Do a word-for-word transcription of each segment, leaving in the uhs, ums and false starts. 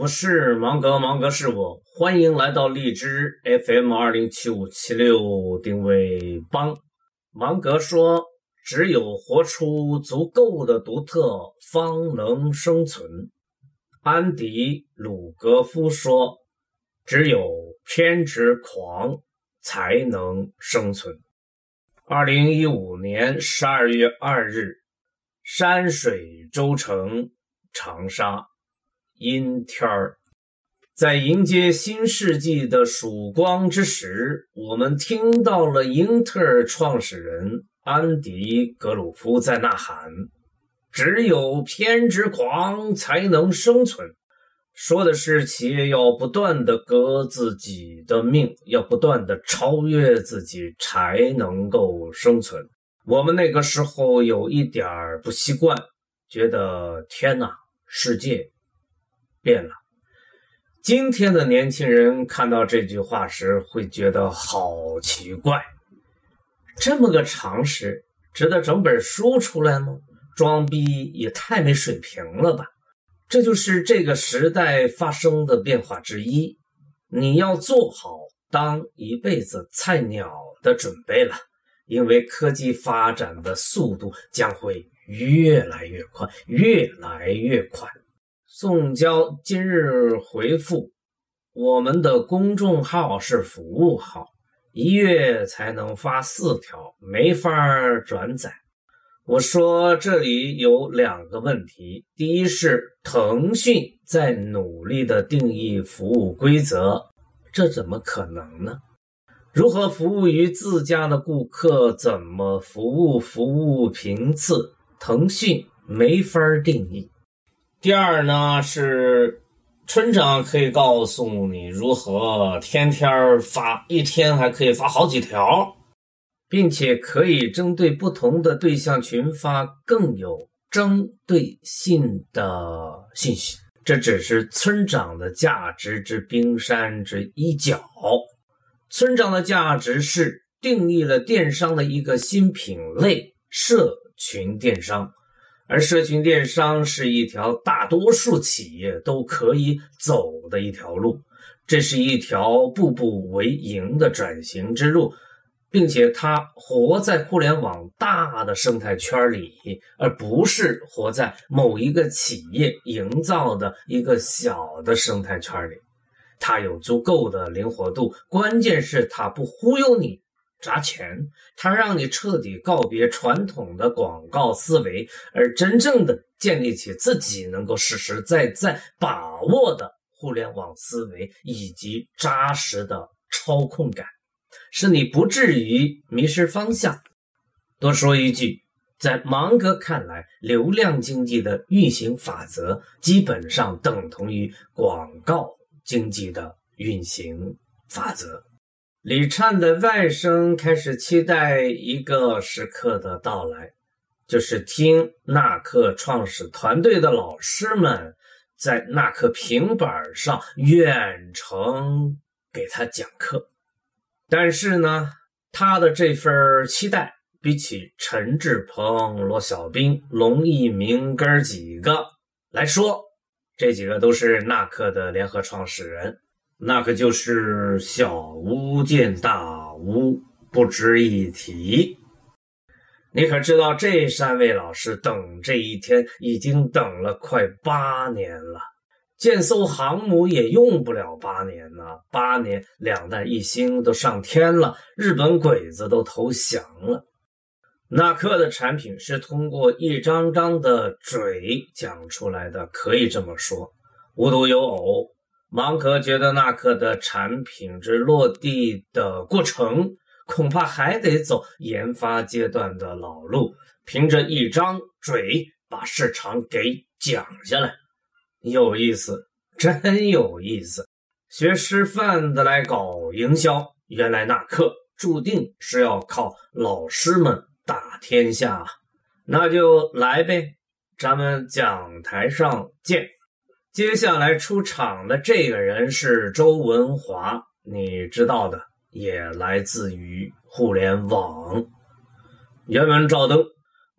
我是芒格，芒格是我，欢迎来到荔枝 F M 二零七五七六定位帮。芒格说，只有活出足够的独特，方能生存。安迪·鲁格夫说，只有偏执狂才能生存。二零一五年十二月二日，山水州城长沙，阴天儿。在迎接新世纪的曙光之时，我们听到了英特尔创始人安迪·格鲁夫在呐喊，只有偏执狂才能生存。说的是企业要不断地革自己的命，要不断地超越自己才能够生存。我们那个时候有一点不习惯，觉得天哪，世界变了。今天的年轻人看到这句话时会觉得好奇怪，这么个常识值得整本书出来吗？装逼也太没水平了吧。这就是这个时代发生的变化之一，你要做好当一辈子菜鸟的准备了，因为科技发展的速度将会越来越快，越来越快。宋娇今日回复，我们的公众号是服务号，一月才能发四条，没法转载。我说这里有两个问题，第一是腾讯在努力的定义服务规则，这怎么可能呢？如何服务于自家的顾客，怎么服务服务频次，腾讯没法定义。第二呢，是村长可以告诉你如何天天发，一天还可以发好几条，并且可以针对不同的对象群发更有针对性的信息。这只是村长的价值之冰山之一角。村长的价值是定义了电商的一个新品类，社群电商。而社群电商是一条大多数企业都可以走的一条路，这是一条步步为营的转型之路，并且它活在互联网大的生态圈里，而不是活在某一个企业营造的一个小的生态圈里。它有足够的灵活度，关键是它不忽悠你砸钱，它让你彻底告别传统的广告思维，而真正的建立起自己能够实实在在把握的互联网思维以及扎实的操控感，使你不至于迷失方向。多说一句，在芒格看来，流量经济的运行法则基本上等同于广告经济的运行法则。李灿的外甥开始期待一个时刻的到来，就是听纳克创始团队的老师们在纳克平板上远程给他讲课。但是呢，他的这份期待比起陈志鹏、罗小兵、龙一鸣哥几个来说，这几个都是纳克的联合创始人，那可就是小巫见大巫，不值一提。你可知道这三位老师等这一天已经等了快八年了，建艘航母也用不了八年了，八年两弹一星都上天了，日本鬼子都投降了。纳克的产品是通过一张张的嘴讲出来的，可以这么说，无独有偶，芒格觉得纳克的产品之落地的过程恐怕还得走研发阶段的老路，凭着一张嘴把市场给讲下来。有意思，真有意思。学师范的来搞营销，原来纳克注定是要靠老师们打天下。那就来呗，咱们讲台上见。接下来出场的这个人是周文华，你知道的，也来自于互联网。原文照登，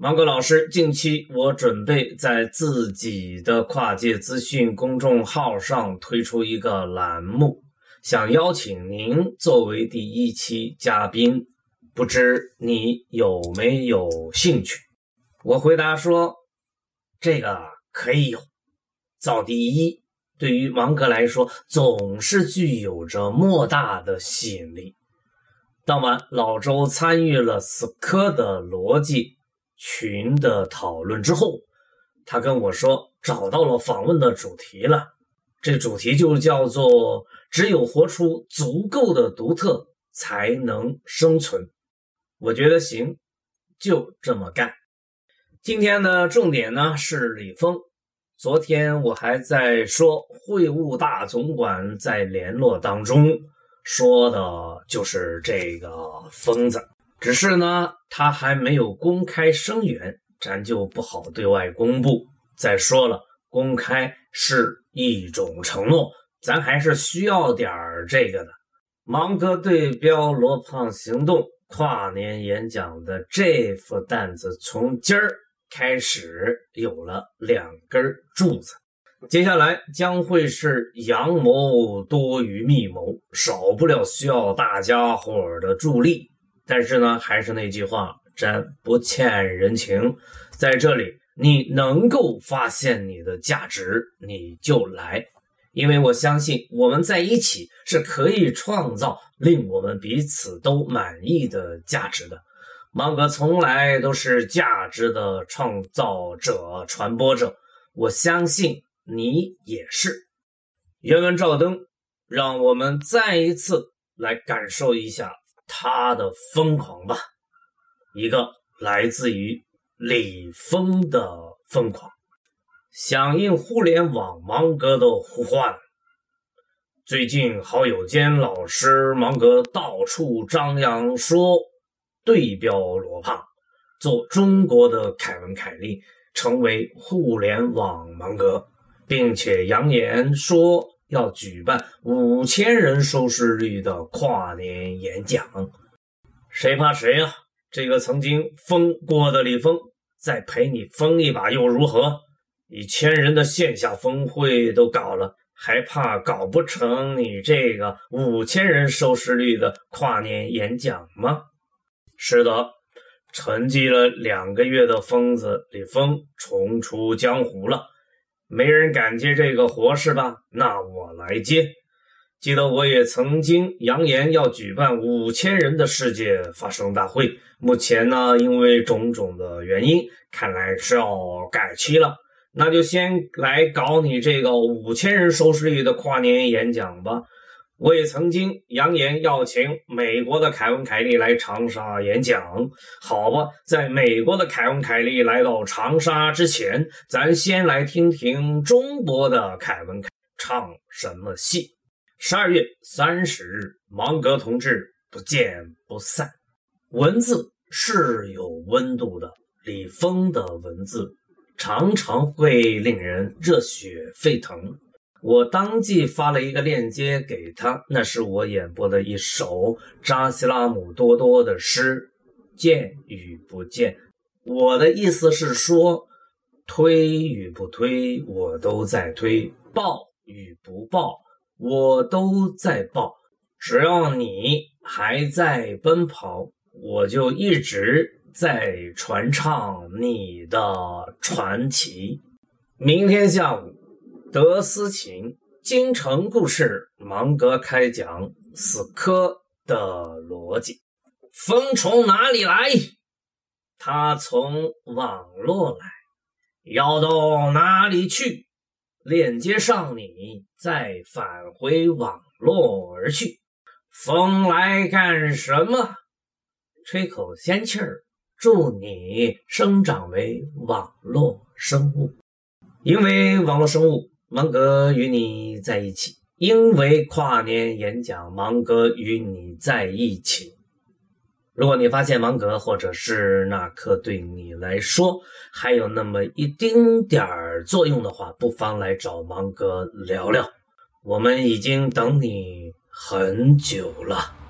芒格老师，近期我准备在自己的跨界资讯公众号上推出一个栏目，想邀请您作为第一期嘉宾，不知你有没有兴趣？我回答说，这个可以有。造第一对于芒格来说总是具有着莫大的吸引力。当晚老周参与了死磕的逻辑群的讨论之后，他跟我说找到了访问的主题了，这主题就叫做只有活出足够的独特才能生存。我觉得行，就这么干。今天的重点呢是李峰。昨天我还在说会务大总管在联络当中说的就是这个疯子，只是呢他还没有公开声援，咱就不好对外公布。再说了，公开是一种承诺，咱还是需要点这个的。芒格对标罗胖行动跨年演讲的这副担子从今儿开始有了两根柱子，接下来将会是阳谋多于密谋，少不了需要大家伙的助力。但是呢，还是那句话，咱不欠人情，在这里你能够发现你的价值，你就来，因为我相信我们在一起是可以创造令我们彼此都满意的价值的。芒格从来都是价值的创造者、传播者，我相信你也是。原文照灯，让我们再一次来感受一下他的疯狂吧。一个来自于李峰的疯狂，响应互联网芒格的呼唤。最近好友间老师芒格到处张扬说对标罗胖，做中国的凯文凯利，成为互联网芒格，并且扬言说要举办五千人收视率的跨年演讲。谁怕谁啊？这个曾经疯过的李峰，再陪你疯一把又如何？一千人的线下峰会都搞了，还怕搞不成你这个五千人收视率的跨年演讲吗？是的，沉寂了两个月的疯子李峰重出江湖了，没人敢接这个活是吧？那我来接。记得我也曾经扬言要举办五千人的世界发声大会，目前呢，因为种种的原因，看来是要改期了。那就先来搞你这个五千人收视率的跨年演讲吧。我也曾经扬言要请美国的凯文凯利来长沙演讲，好吧，在美国的凯文凯利来到长沙之前，咱先来听听中国的凯文凯唱什么戏。十二月三十日，芒格同志不见不散。文字是有温度的，李峰的文字常常会令人热血沸腾。我当即发了一个链接给他，那是我演播的一首扎西拉姆多多的诗，见与不见。我的意思是说，推与不推我都在推，报与不报我都在报，只要你还在奔跑，我就一直在传唱你的传奇。明天下午德思琴京城故事芒格开讲死磕的逻辑。风从哪里来？它从网络来，要到哪里去？链接上你再返回网络而去。风来干什么？吹口仙气儿，助你生长为网络生物。因为网络生物，芒格与你在一起；因为跨年演讲，芒格与你在一起。如果你发现芒格或者是那课对你来说还有那么一丁点儿作用的话，不妨来找芒格聊聊，我们已经等你很久了。